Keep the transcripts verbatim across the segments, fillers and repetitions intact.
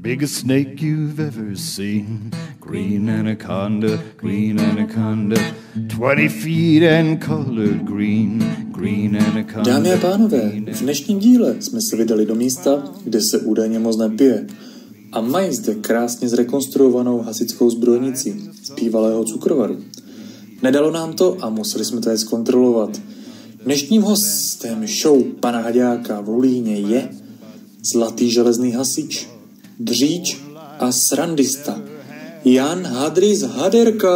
biggest snake you've ever seen. Green anaconda, green anaconda, twenty feet and colored green. Green anaconda. Dámy a pánové, v dnešním díle jsme se vydali do místa, kde se údajně moc nepije. A mají zde krásně zrekonstruovanou hasičskou zbrojnici z bývalého cukrovaru. Nedalo nám to a museli jsme to je zkontrolovat. Dnešním hostem show pana Haďáka v Lulíně je zlatý železný hasič, dříč a srandista Jan Hadrys Haderka.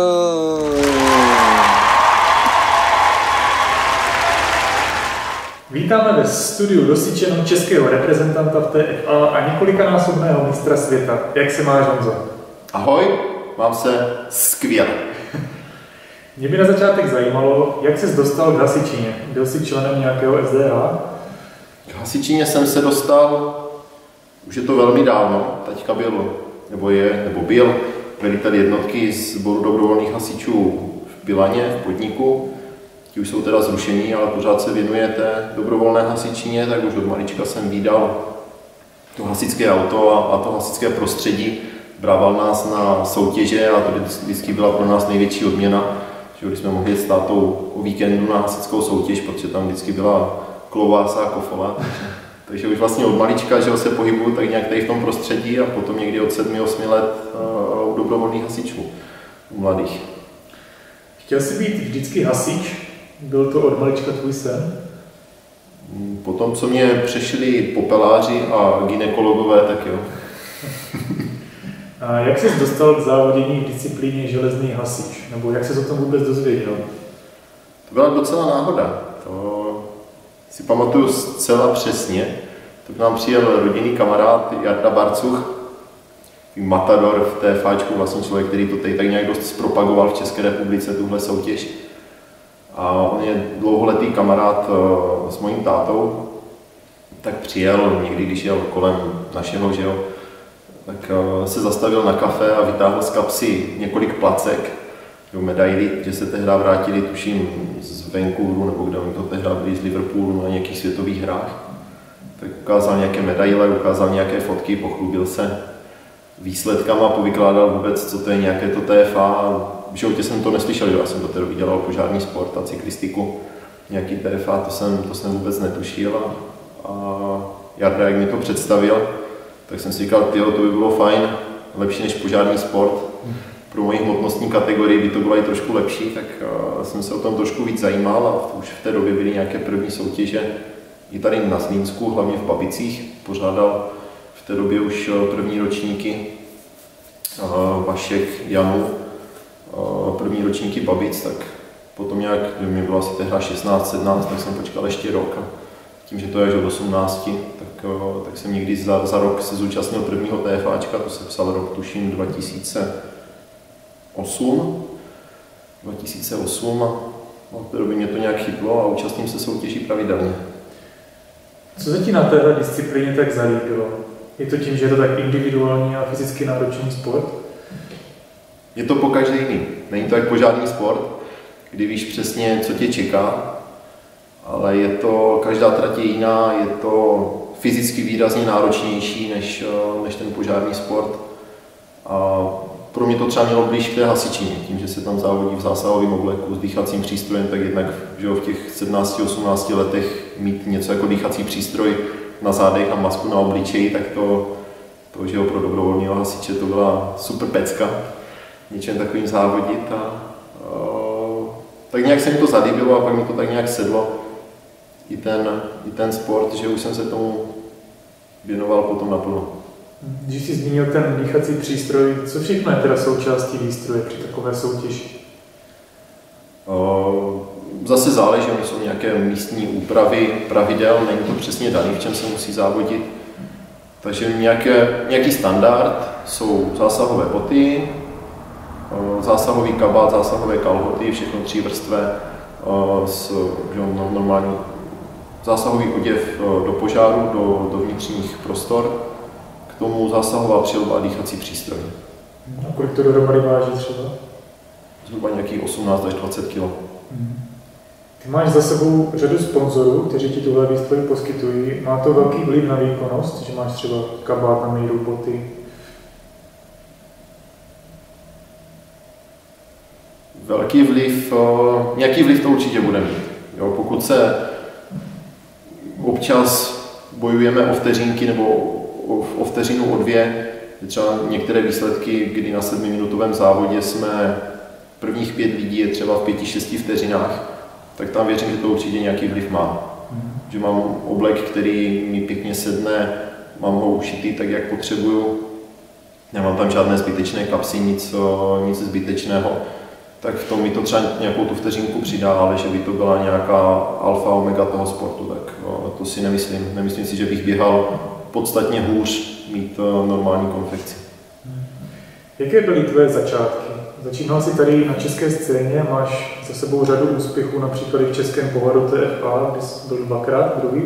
Vítáme ve studiu rozsíčenou českého reprezentanta v T F A a několikanásobného mistra světa. Jak se máš, Honzo? Ahoj, mám se skvěle. Mě by na začátek zajímalo, jak jsi dostal k hasičině. Byl jsi členem nějakého S D H? K hasičině jsem se dostal, už je to velmi dávno, teďka byl, nebo je, nebo byl velitel jednotky z sboru dobrovolných hasičů v Pilaně, v podniku. Ti už jsou teda zrušení, ale pořád se věnuje té dobrovolné hasičině, tak už od malička jsem vídal to hasičské auto a, a to hasičské prostředí. Brával nás na soutěže a to vždycky byla pro nás největší odměna, že když jsme mohli jít s tátou o víkendu na hasičskou soutěž, protože tam vždycky byla klovása a kofola. Takže už vlastně od malička, že se pohybuju tak nějak tady v tom prostředí a potom někdy od sedmi osmi let uh, u dobrovolných hasičů, u mladých. Chtěl jsi být vždycky hasič? Byl to od malička tvůj sen? Potom, co mě přešli popeláři a gynekologové, tak jo. A jak jsi dostal k závodění v disciplíně železný hasič? Nebo jak jsi o tom vůbec dozvěděl? To byla docela náhoda. To si pamatuju zcela přesně. To k nám přijel rodinný kamarád Jarda Barcuch, matador v té fáčku, vlastně člověk, který to tady tak nějak dost zpropagoval v České republice, tuhle soutěž. A on je dlouholetý kamarád s mojím tátou, tak přijel někdy, když jel kolem našeho, že jo, tak se zastavil na kafe a vytáhl z kapsy několik placek, jo, medaily, že se tehdy vrátili, tuším, z Vancouveru, nebo kde oni to tehdy byli z Liverpoolu na nějakých světových hrách. Tak ukázal nějaké medaile, ukázal nějaké fotky, pochlubil se výsledkama, povykládal vůbec, co to je nějaké to T F A. V životě jsem to neslyšel, já jsem do té doby dělal požární sport a cyklistiku. Nějaký T F A, to jsem, to jsem vůbec netušil. A, a Jarda, jak mi to představil, tak jsem si říkal, tyjo, to by bylo fajn, lepší než požární sport. Pro moji hmotnostní kategorii by to bylo i trošku lepší, tak uh, jsem se o tom trošku víc zajímal a už v té době byly nějaké první soutěže i tady na Zlínsku, hlavně v Babicích. Pořádal v té době už první ročníky uh, Vašek, Janu, uh, první ročníky Babic, tak potom nějak, mě bylo asi tehdy šestnáct sedmnáct, tak jsem počkal ještě rok. A tím, že to je až od osmnácti, tak, uh, tak jsem někdy za, za rok se zúčastnil prvního TFAčka, to se psal rok, tuším, dva tisíce osm. dva tisíce osm a od té doby mě to nějak chytlo a účastním se soutěží pravidelně. Co se ti na téhle disciplíně tak zalíbilo? Je to tím, že je to tak individuální a fyzicky náročný sport? Je to po každý jiný. Není to jak požární sport, kdy víš přesně, co tě čeká, ale je to, každá trať je jiná, je to fyzicky výrazně náročnější než, než ten požární sport. A pro mě to třeba mělo blíž k té hasičině, tím, že se tam závodí v zásahovém obleku s dýchacím přístrojem, tak jednak že v těch sedmnácti osmnácti letech mít něco jako dýchací přístroj na zádech a masku na obličeji, tak to, to že pro dobrovolného hasiče to byla super pecka, něčem takovým závodit. A, a, tak nějak se mi to zalíbilo a pak mi to tak nějak sedlo, i ten, i ten sport, že už jsem se tomu věnoval potom naplno. Když jsi zmínil ten dýchací přístroj, co všechno je teda součástí výstroje při takové soutěži? Zase záleží, že jsou nějaké místní úpravy pravidel, není to přesně daný, v čem se musí závodit. Takže nějaké, nějaký standard jsou zásahové boty, zásahový kabát, zásahové kalhoty, všechno třívrstvé, s normální zásahový oděv do požáru, do, do vnitřních prostor. K tomu zásahová přilba a dýchací přístroj. A kolik to dohromady váží třeba? Zhruba nějakých osmnáct až dvacet kilo. Ty máš za sebou řadu sponzorů, kteří ti tuhle výstroj poskytují. Má to velký vliv na výkonnost, že máš třeba kabát na míru, boty? velký vliv, nějaký vliv to určitě bude mít. Jo, pokud se občas bojujeme o vteřinky nebo o, o vteřinu, o dvě, třeba některé výsledky, kdy na sedmiminutovém závodě jsme prvních pět lidí je třeba v pěti, šesti vteřinách, tak tam věřím, že to určitě nějaký vliv má. Mm. Že mám oblek, který mi pěkně sedne, mám ho ušitý tak, jak potřebuju, nemám tam žádné zbytečné kapsy, nic, nic zbytečného, tak v tom mi to třeba nějakou tu vteřinku přidá, ale že by to byla nějaká alfa omega toho sportu, tak to si nemyslím. Nemyslím si, že bych běhal podstatně hůř mít normální konfekci. Jaké byly tvoje začátky? Začínal jsi tady na české scéně, máš za sebou řadu úspěchů, například i v českém poháru T F A, kde jsi byl dvakrát druhý.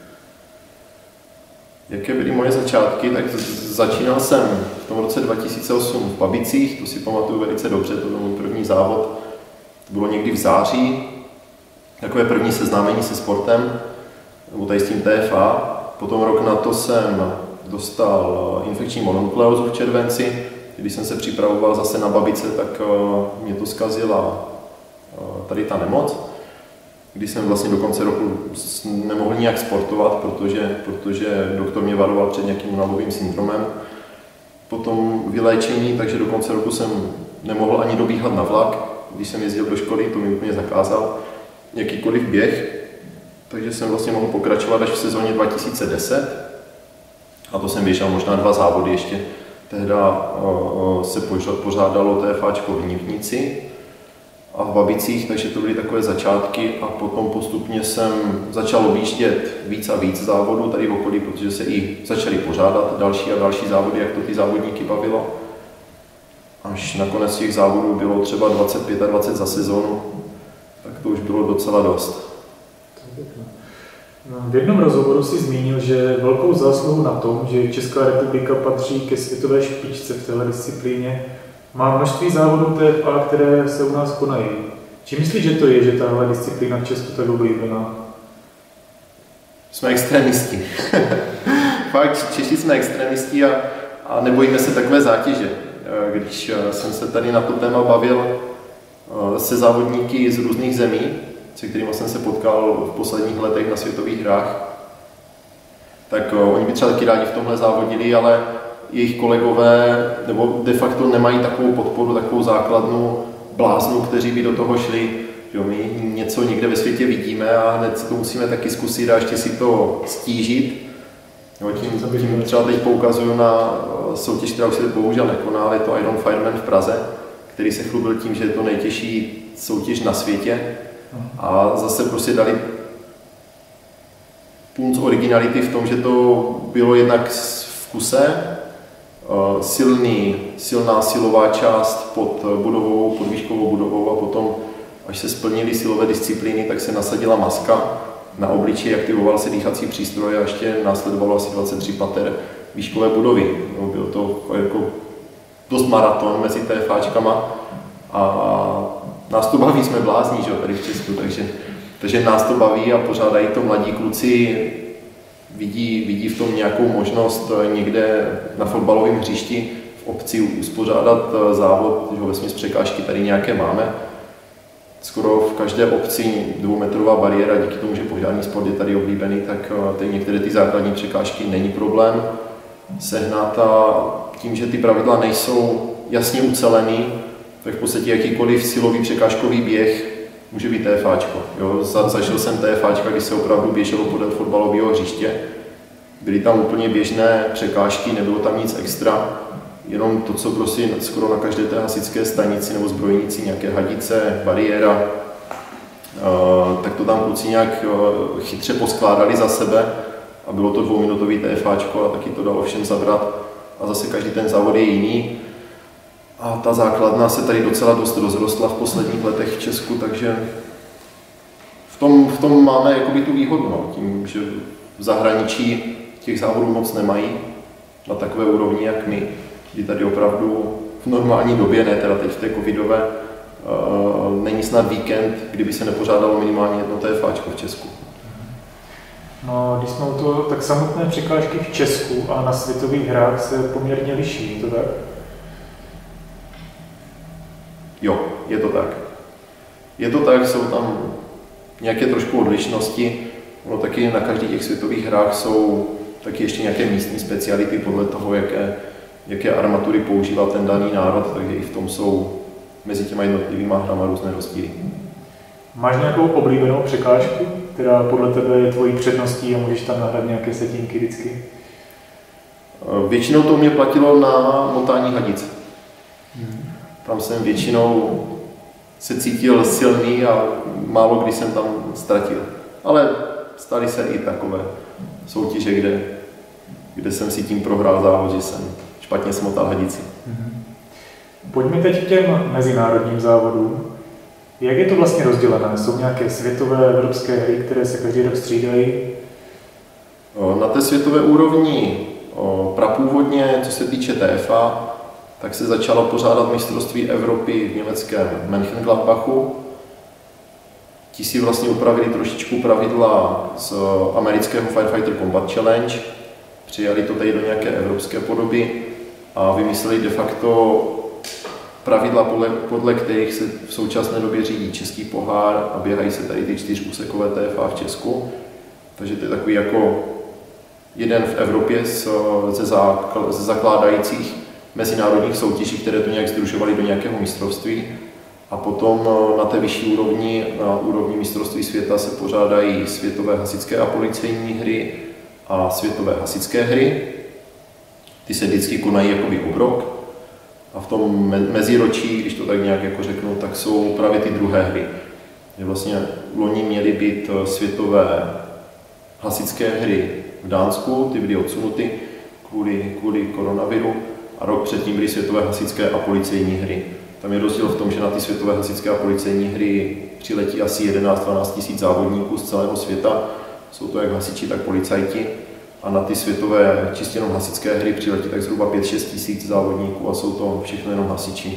Jaké byly moje začátky? Tak začínal jsem v tom roce dva tisíce osm v Babicích, to si pamatuju velice dobře, to byl můj první závod. To bylo někdy v září, takové první seznámení se sportem, nebo tady s tím T F A. Potom rok na to jsem dostal infekční mononukleózu v červenci. Když jsem se připravoval zase na Babice, tak mě to zkazila tady ta nemoc. Když jsem vlastně do konce roku nemohl nijak sportovat, protože, protože doktor mě varoval před nějakým únavovým syndromem. Potom vyléčení, takže do konce roku jsem nemohl ani dobíhat na vlak. Když jsem jezdil do školy, to mi úplně zakázal jakýkoliv běh. Takže jsem vlastně mohl pokračovat až v sezóně dva tisíce deset. A to jsem běžel možná dva závody ještě. Tehda se pořádalo TFAčko v Nivnici a v Babicích, takže to byly takové začátky a potom postupně jsem začal objíždět víc a víc závodů tady v okolí, protože se i začaly pořádat další a další závody, jak to ty závodníky bavilo. Až nakonec těch závodů bylo třeba dvacet pět a dvacet za sezónu, tak to už bylo docela dost. V jednom rozhovoru si zmínil, že velkou zásluhu na tom, že Česká republika patří ke světové špičce v téhle disciplíně, má množství závodů T F A, které se u nás konají. Či myslíš, že to je, že tahle disciplína v Česku tak oblíbená? Jsme extremisti. Fakt, Češi jsme extremisti a, a nebojíme se takové zátěže. Když jsem se tady na to téma bavil se závodníky z různých zemí, se kterými jsem se potkal v posledních letech na světových hrách, tak oni by třeba taky rádi v tomhle závodili, ale jejich kolegové nebo de facto nemají takovou podporu, takovou základnu bláznu, kteří by do toho šli. Jo, my něco někde ve světě vidíme a hned si to musíme taky zkusit a ještě si to stížit. Jo, tím, tím třeba teď poukazuju na soutěž, která už se bohužel nekoná, ale je to Iron Fireman v Praze, který se chlubil tím, že je to nejtěžší soutěž na světě. A zase prostě dali punc originality v tom, že to bylo jednak v kuse, silný, silná silová část pod budovou, pod výškovou budovou a potom, až se splnily silové disciplíny, tak se nasadila maska na obličej, aktivoval se dýchací přístroj a ještě následovalo asi dvacet tři pater výškové budovy. No, bylo to jako dost maraton mezi TFáčkama a nás to baví, jsme blázní, že, tady v Česku, takže, takže nás to baví a pořádají to mladí kluci, vidí, vidí v tom nějakou možnost někde na fotbalovém hřišti v obci uspořádat závod, že vesměs překážky tady nějaké máme. Skoro v každé obci dvoumetrová bariéra, díky tomu, že požární sport je tady oblíbený, tak tady některé ty základní překážky není problém sehnat a tím, že ty pravidla nejsou jasně ucelený, tak v podstatě jakýkoliv silový překážkový běh může být TFáčko. Jo, za, zažil jsem TFáčka, kdy se opravdu běželo podél fotbalového hřiště. Byly tam úplně běžné překážky, nebylo tam nic extra, jenom to, co prostě skoro na každé té hasičské stanici nebo zbrojnici, nějaké hadice, bariéra, uh, tak to tam kluci nějak uh, chytře poskládali za sebe a bylo to dvouminutový TFáčko a taky to dalo všem zabrat a zase každý ten závod je jiný. A ta základna se tady docela dost rozrostla v posledních letech v Česku, takže v tom, v tom máme jakoby tu výhodu, no, tím, že v zahraničí těch závodů moc nemají na takové úrovni, jak my, kdy tady opravdu v normální době, ne teda teď v té covidové, uh, není snad víkend, kdyby se nepořádalo minimálně jedno TFáčko v Česku. No, když jsme u toho, tak samotné překážky v Česku a na světových hrách se poměrně liší, je to tak? Jo, je to tak. Je to tak, jsou tam nějaké trošku odlišnosti. Ono taky na každých těch světových hrách jsou taky ještě nějaké místní speciality podle toho, jaké, jaké armatury používá ten daný národ, takže i v tom jsou mezi těma jednotlivými hrama různé rozdíly. Máš nějakou oblíbenou překážku, která podle tebe je tvojí předností a můžeš tam nahrát nějaké setínky vždycky? Většinou to mě platilo na montání hadic. Hmm. Tam jsem většinou se cítil silný a málo kdy jsem tam ztratil. Ale staly se i takové soutěže, kde, kde jsem si tím prohrál závod, že jsem špatně smotal hadici. Hmm. Pojďme teď k těm mezinárodním závodům. Jak je to vlastně rozdělené? Jsou nějaké světové, evropské hry, které se každý rok střídají? Na té světové úrovni prapůvodně, co se týče T F A, tak se začalo pořádat mistrovství Evropy v německém Mönchengladbachu. Ti si vlastně upravili trošičku pravidla z amerického Firefighter Combat Challenge, přijali to tady do nějaké evropské podoby a vymysleli de facto pravidla, podle, podle kterých se v současné době řídí český pohár a běhají se tady ty čtyřúsekové T F A v Česku. Takže to je takový jako jeden v Evropě ze, zákl, ze zakládajících mezinárodních soutěží, které to nějak sdružovaly do nějakého mistrovství. A potom na té vyšší úrovni, na úrovni mistrovství světa se pořádají světové hasičské a policejní hry a světové hasičské hry. Ty se vždycky konají jakoby obrok. A v tom meziročí, když to tak nějak jako řeknu, tak jsou právě ty druhé hry. Že vlastně loni měly být světové hasičské hry v Dánsku, ty byly odsunuty kvůli, kvůli koronaviru a rok předtím byly světové hasičské a policejní hry. Tam je rozdíl v tom, že na ty světové hasičské a policejní hry přiletí asi jedenáct až dvanáct tisíc závodníků z celého světa. Jsou to jak hasiči, tak policajti. A na ty světové čistě jenom hasičské hry přiletí tak zhruba pět až šest tisíc závodníků a jsou to všechno jenom hasiči.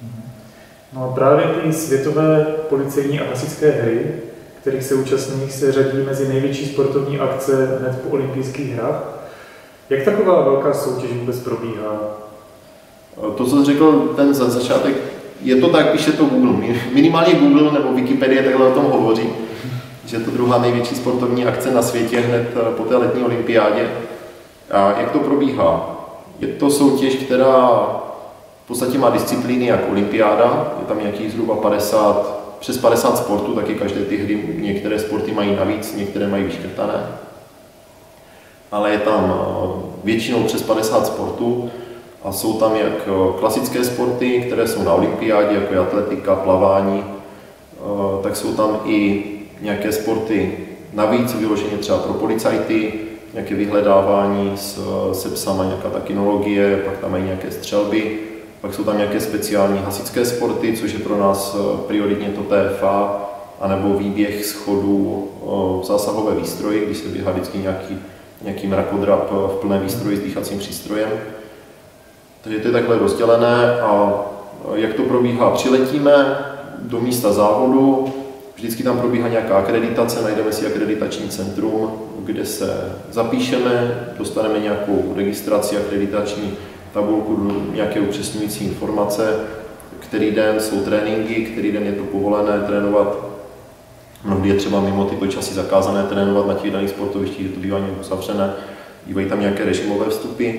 No a právě ty světové policejní a hasičské hry, kterých se účastní, se řadí mezi největší sportovní akce hned po olympijských hrách. Jak taková velká soutěž vůbec probíhá? To, co jsi řekl, ten za začátek, je to tak, píše to Google. Minimálně Google nebo Wikipedie takhle o tom hovoří, že je to druhá největší sportovní akce na světě hned po té letní olympiádě. A jak to probíhá? Je to soutěž, která v podstatě má disciplíny jak olympiáda, je tam nějakých zhruba padesát, přes padesát sportů, taky každé ty hry, některé sporty mají navíc, některé mají vyškrtané. Ale je tam většinou přes padesát sportů a jsou tam jak klasické sporty, které jsou na olympiádě, jako je atletika, plavání, tak jsou tam i nějaké sporty navíc, vyloženě třeba pro policajty, nějaké vyhledávání s, se psama, nějaká ta kinologie, pak tam mají nějaké střelby, pak jsou tam nějaké speciální hasičské sporty, což je pro nás prioritně to T F A, anebo výběh schodů v zásahové výstroji, když se běhá vždycky nějaký, nějaký mrakodrap v plné výstroji s dýchacím přístrojem. Takže to je takhle rozdělené a jak to probíhá? Přiletíme do místa závodu, vždycky tam probíhá nějaká akreditace, najdeme si akreditační centrum, kde se zapíšeme, dostaneme nějakou registraci, akreditační tabulku, nějaké upřesňující informace, který den jsou tréninky, který den je to povolené trénovat. Mnohdy je třeba mimo tyto časy zakázané trénovat na těch daných sportovištích, že to bývá nějak uzavřené, bývají tam nějaké režimové vstupy.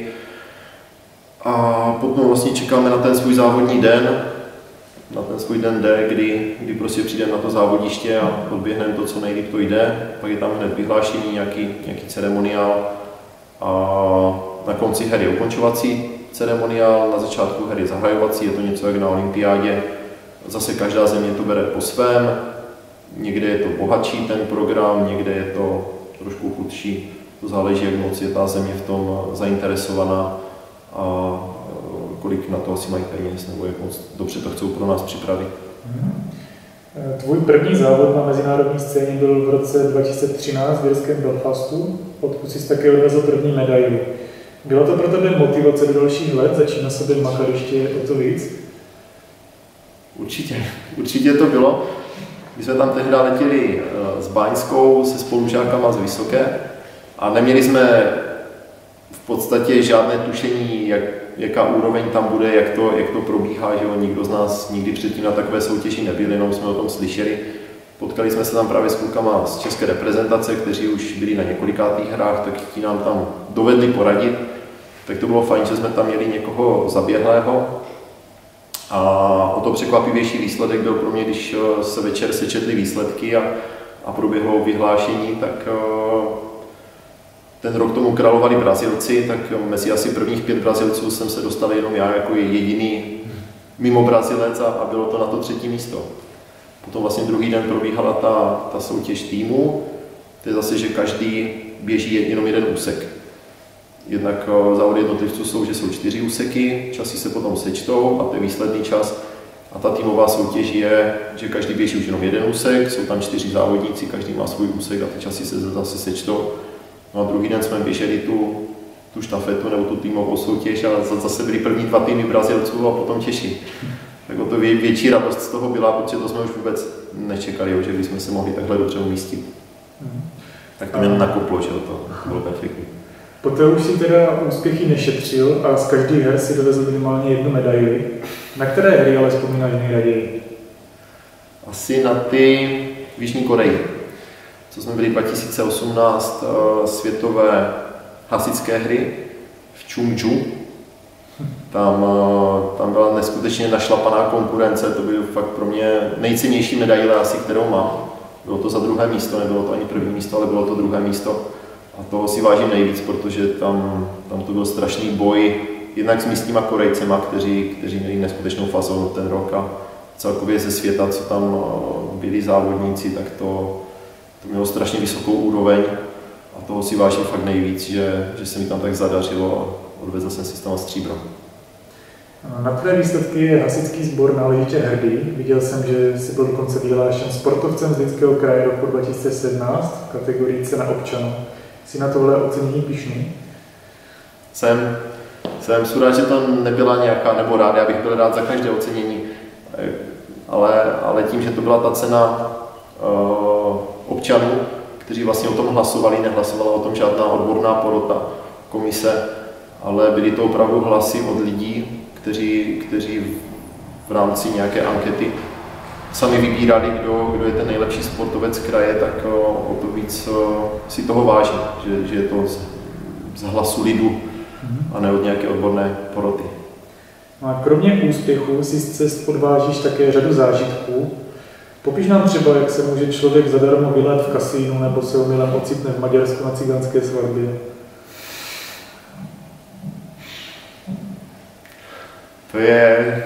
A potom vlastně čekáme na ten svůj závodní den, na ten svůj den D, kdy, kdy prostě přijdeme na to závodiště a odběhneme to, co nejlíp to jde. Pak je tam hned vyhlášení, nějaký, nějaký ceremoniál a na konci hry je ukončovací ceremoniál, na začátku hry zahajovací, je to něco jak na olympiádě. Zase každá země to bere po svém, někde je to bohatší ten program, někde je to trošku chudší. To záleží, jak moc je ta země v tom zainteresovaná a kolik na to asi mají peněz, nebo jak moc dobře to chcou pro nás připravit. Tvůj první závod na mezinárodní scéně byl v roce dva tisíce třináct v irském Belfastu, odkud jsi také odvezl první medaili. Byla to pro tebe motivace do dalších let, začít na sobě makat ještě o to víc? Určitě, určitě to bylo. My jsme tam tehdy letěli s Báňskou se spolužákama z Vysoké a neměli jsme v podstatě žádné tušení, jak, jaká úroveň tam bude, jak to, jak to probíhá, že jo? Nikdo z nás nikdy předtím na takové soutěži nebyl, jenom jsme o tom slyšeli. Potkali jsme se tam právě s klukama z české reprezentace, kteří už byli na několikátých hrách, tak ti nám tam dovedli poradit. Tak to bylo fajn, že jsme tam měli někoho zaběhlého. A o to překvapivější výsledek byl pro mě, když se večer sečetly výsledky a, a proběhlo vyhlášení, tak ten rok tomu královali Brazilci, tak mezi asi prvních pět Brazilců jsem se dostal jenom já jako jediný mimo Brazilec a, a bylo to na to třetí místo. Potom vlastně druhý den probíhala ta, ta soutěž týmu, to je zase, že každý běží jenom jeden úsek. Jednak závody jednotlivců jsou, že jsou čtyři úseky, časy se potom sečtou a to je výsledný čas. A ta týmová soutěž je, že každý běží už jenom jeden úsek, jsou tam čtyři závodníci, každý má svůj úsek a ty časy se zase sečtou. No a druhý den jsme běželi tu, tu štafetu nebo tu týmovou soutěž a zase byli první dva týmy Brazilců a potom Češi. Tak o to vě, větší radost z toho byla, protože to jsme už vůbec nečekali, že bychom se mohli takhle dobře umístit. Mm. Tak to mě nakoplo, že to bylo perfektní. Poté už si teda úspěchy nešetřil a z každých her si dovezl minimálně jednu medaili. Na které hry ale vzpomínáš nejraději? Asi na ty v Jižní Koreji, co jsme byli dva tisíce osmnáct uh, světové hasičské hry v Chungju. Tam, uh, tam byla neskutečně našlapaná konkurence, to byl fakt pro mě nejcennější medaile asi, kterou mám. Bylo to za druhé místo, nebylo to ani první místo, ale bylo to druhé místo. A toho si vážím nejvíc, protože tam, tam to byl strašný boj, jednak s místníma Korejcema, kteří, kteří měli neskutečnou fazonu ten rok a celkově ze světa, co tam byli závodníci, tak to, to mělo strašně vysokou úroveň a toho si vážím fakt nejvíc, že, že se mi tam tak zadařilo a odvezl jsem si z toho stříbro. Na tvé výsledky je hasičský sbor náležitě hrdý. Viděl jsem, že jsi byl dokonce vyhlášen sportovcem z Zlínského kraje roku dva tisíce sedmnáct v kategorii cena občanů. Jsi na tohle ocenění pyšný? Jsem, jsem rád, že to nebyla nějaká, nebo rád, já bych byl rád za každé ocenění, ale, ale tím, že to byla ta cena uh, občanů, kteří vlastně o tom hlasovali, nehlasovala o tom žádná odborná porota, komise, ale byly to opravdu hlasy od lidí, kteří, kteří v rámci nějaké ankety sami vybírali, kdo, kdo je ten nejlepší sportovec kraje, tak o, o to víc o, si toho váží, že, že je to z, z hlasu lidu a ne od nějaké odborné poroty. A kromě úspěchu si z cest odvážíš také řadu zážitků. Popiš nám třeba, jak se může člověk zadarmo vylet v kasínu nebo se omylem ocitne v Maďarsku na cigánské svatbě. To je...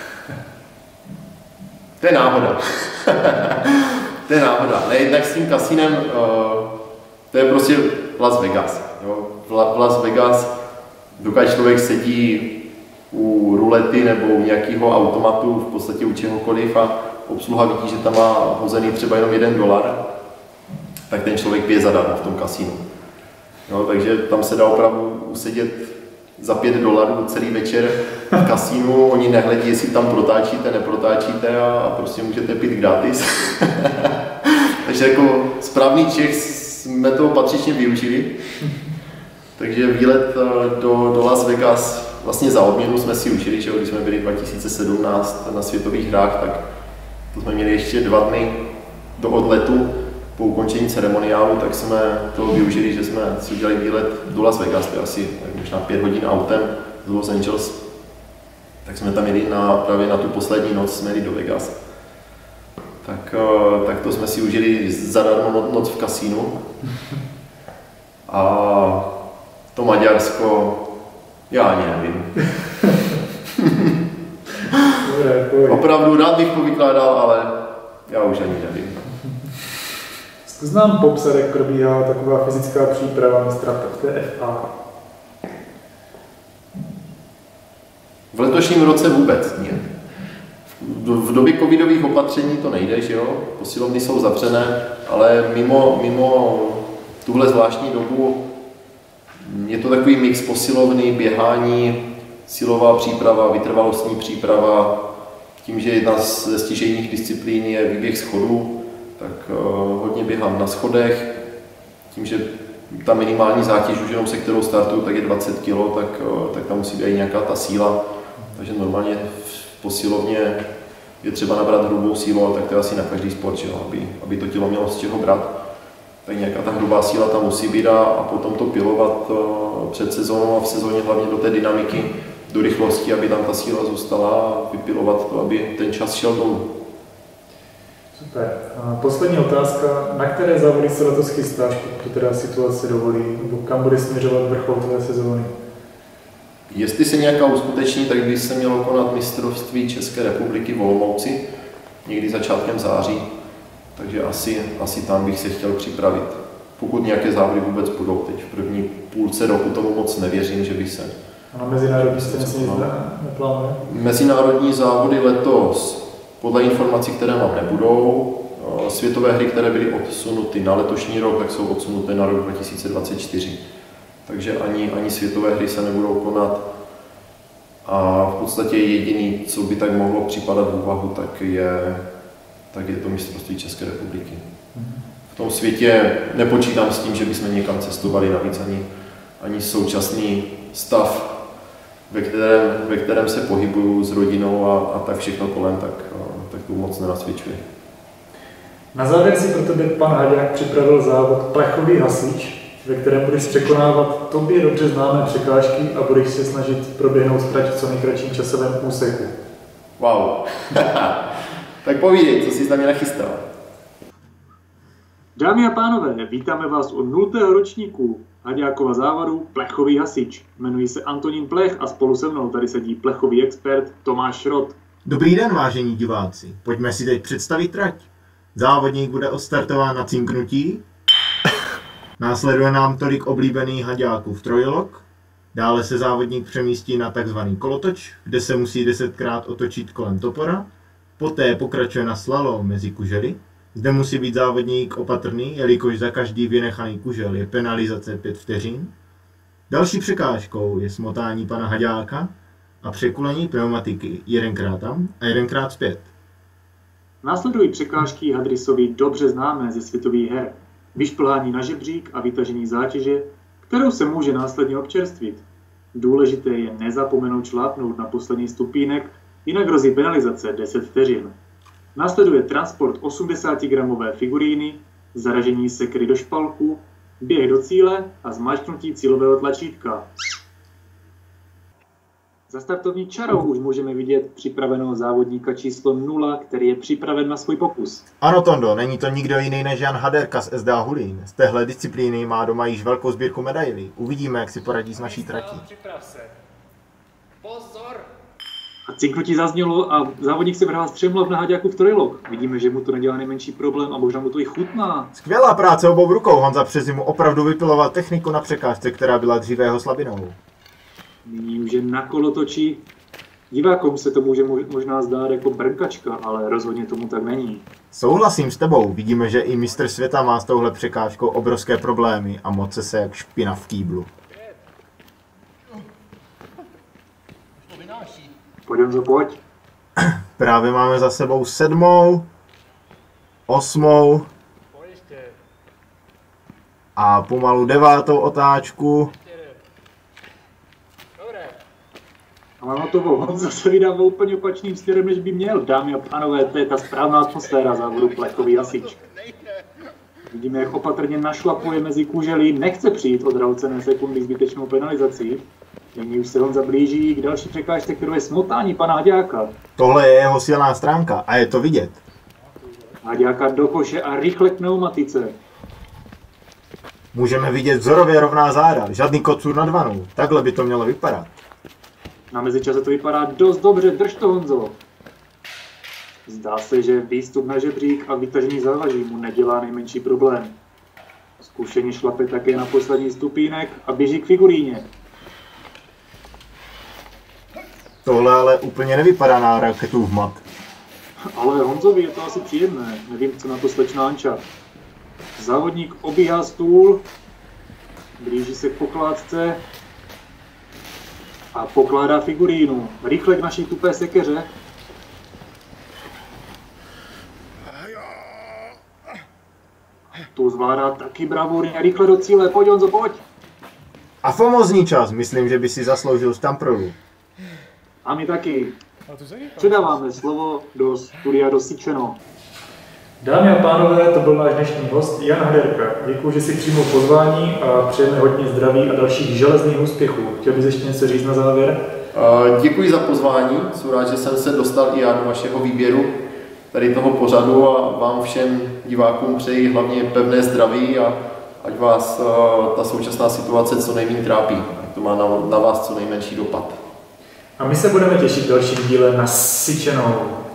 To je náhoda. To je náhoda. Ne, jednak s tím kasínem, uh, to je prostě Las Vegas. Jo. V, La, v Las Vegas, dokud člověk sedí u rulety nebo u nějakého automatu, v podstatě u čehokoliv a obsluha vidí, že tam má hozený třeba jenom jeden dolar, tak ten člověk pije zadarmo v tom kasínu. Jo, takže tam se dá opravdu usedět za pět dolarů celý večer v kasínu, oni nehledí, jestli tam protáčíte, neprotáčíte a, a prostě můžete pít gratis. Takže jako správný Čech jsme toho patřičně využili. Takže výlet do, do Las Vegas vlastně za odměnu jsme si užili, že když jsme byli dva tisíce sedmnáct na světových hrách, tak to jsme měli ještě dva dny do odletu. Po ukončení ceremoniálu, tak jsme to využili, že jsme si udělali výlet do Las Vegas, to je asi možná pět hodin autem z Los Angeles. Tak jsme tam jeli na, právě na tu poslední noc, jsme jeli do Vegas. Tak, tak to jsme si užili zadarmo noc v kasínu. A to Maďarsko, já ani nevím. Opravdu rád bych povykládal, ale já už ani nevím. Zkus nám popsat, jak probíhá taková fyzická příprava mistra T F A. V letošním roce vůbec ne. V době covidových opatření to nejde, že jo? Posilovny jsou zavřené, ale mimo, mimo tuhle zvláštní dobu je to takový mix posilovny, běhání, silová příprava, vytrvalostní příprava. Tím, že jedna ze stěžejních disciplín je výběh schodů, tak uh, hodně běhám na schodech. Tím, že ta minimální zátěž už jenom se kterou startuju, tak je dvacet kilo, tak, tak tam musí být nějaká ta síla. Takže normálně v posilovně je třeba nabrat hrubou sílu, ale tak to je asi na každý sport, že, aby, aby to tělo mělo z čeho brát. Tak nějaká ta hrubá síla tam musí být a, a potom to pilovat před sezónou a v sezóně hlavně do té dynamiky, do rychlosti, aby tam ta síla zůstala a vypilovat to, aby ten čas šel dolů. Super. A poslední otázka. Na které závody se letos chystáš, pokud teda situace dovolí, nebo kam bude směřovat vrchol tvé sezóny? Jestli se nějaká uskuteční, tak by se mělo konat mistrovství České republiky v Olomouci, někdy začátkem září, takže asi, asi tam bych se chtěl připravit. Pokud nějaké závody vůbec budou, teď v první půlce roku tomu moc nevěřím, že bych se... A mezinárodní se nic neplánuje? Mezinárodní závody letos, podle informací, které mám, nebudou. Světové hry, které byly odsunuty na letošní rok, tak jsou odsunuty na rok dva tisíce dvacet čtyři. Takže ani, ani světové hry se nebudou konat. A v podstatě jediný, co by tak mohlo připadat v úvahu, tak je, tak je to mistrovství České republiky. V tom světě nepočítám s tím, že bychom někam cestovali, navíc ani, ani současný stav, ve kterém, ve kterém se pohybuju s rodinou a, a tak všechno kolem, tak, tak to moc nenasvědčuje. Na závěr si pro tebe pan Haďák připravil závod Plechový hasič, ve kterém budeš překonávat tobě dobře známé překážky a budeš se snažit proběhnout trať v co nejkratším časovém úseku. Wow. Tak povídej, co jsi tam nachystal. Dámy a pánové, vítáme vás u nultého ročníku Haďákova závodu Plechový hasič. Jmenuji se Antonín Plech a spolu se mnou tady sedí plechový expert Tomáš Šrot. Dobrý den, vážení diváci. Pojďme si teď představit trať. Závodník bude odstartován na cinknutí. Následuje nám tolik oblíbený Haďákův trojlok. Dále se závodník přemístí na takzvaný kolotoč, kde se musí desetkrát otočit kolem topora. Poté pokračuje na slalom mezi kužely. Zde musí být závodník opatrný, jelikož za každý vynechaný kužel je penalizace pět vteřin. Další překážkou je smotání pana Haďáka a překulení pneumatiky jedenkrát tam a jedenkrát zpět. Následují překážky Hadrisovi dobře známé ze světových her. Vyšplhání na žebřík a vytažení zátěže, kterou se může následně občerstvit. Důležité je nezapomenout šlápnout na poslední stupínek, jinak hrozí penalizace deset vteřin. Následuje transport osmdesátgramové figuríny, zaražení sekry do špalku, běh do cíle a zmáčknutí cílového tlačítka. Za startovní čarou už můžeme vidět připraveného závodníka číslo nula, který je připraven na svůj pokus. Ano, Tondo, není to nikdo jiný než Jan Haderka z S D A Hulín. Z téhle disciplíny má doma již velkou sbírku medailí. Uvidíme, jak si poradí s naší tratí. Pozor! A cinknutí zaznělo a závodník se vrhá střemhlav na Haďákův trojlok. Vidíme, že mu to nedělá nejmenší problém a možná mu to i chutná. Skvělá práce obou rukou. Honza přes zimu opravdu vypiloval techniku na překážce, která byla dříve jeho slabinou. Nyní už je na kolotoči. Divákům se to může možná zdát jako brnkačka, ale rozhodně tomu tak není. Souhlasím s tebou. Vidíme, že i mistr světa má s touhle překážkou obrovské problémy a moce se jak špina v kýblu. Pojď, Honzo, pojď. Právě máme za sebou sedmou, osmou a pomalu devátou otáčku. A mám hotovo. Honza se vydává úplně opačným směrem, než by měl. Dámy a pánové, to je ta správná atmosféra závodu Plechový hasič. Vidíme, jak opatrně našlapuje mezi kuželí, nechce přijít od drahocení sekundy zbytečnou penalizací. Nyní už se Honza blíží k další překážce, kterou je smotání pana Haďáka. Tohle je jeho silná stránka a je to vidět. Haďáka do koše a rychle k pneumatice. Můžeme vidět vzorově rovná záda, žádný kocůr nad vanou. Takhle by to mělo vypadat. Na mezičase to vypadá dost dobře, drž to, Honzo. Zdá se, že výstup na žebřík a vytažení závaží mu nedělá nejmenší problém. Zkušeně šlape také na poslední stupínek a běží k figuríně. Tohle ale úplně nevypadá na raketu v mat. Ale Honzovi je to asi příjemné, nevím, co na to slečná Anča. Závodník obíhá stůl, blíží se k pokládce a pokládá figurínu. Rychle k naší tupé sekeře. Tu zvládá taky bravurně. Rychle do cíle, pojď Honzo, pojď. A famózní čas, myslím, že by si zasloužil stamprodu. A my taky. Předáváme slovo do studia do Sičeno. Dámy a pánové, to byl náš dnešní host Jan Haderka. Děkuji, že si přijmul pozvání a přejeme hodně zdraví a dalších železných úspěchů. Chtěl bys ještě něco říct na závěr? Děkuji za pozvání, jsem rád, že jsem se dostal i já do vašeho výběru tady toho pořadu a vám všem divákům přeji hlavně pevné zdraví a ať vás ta současná situace co nejméně trápí. To má na, na vás co nejmenší dopad. A my se budeme těšit v dalším díle na Sičenou.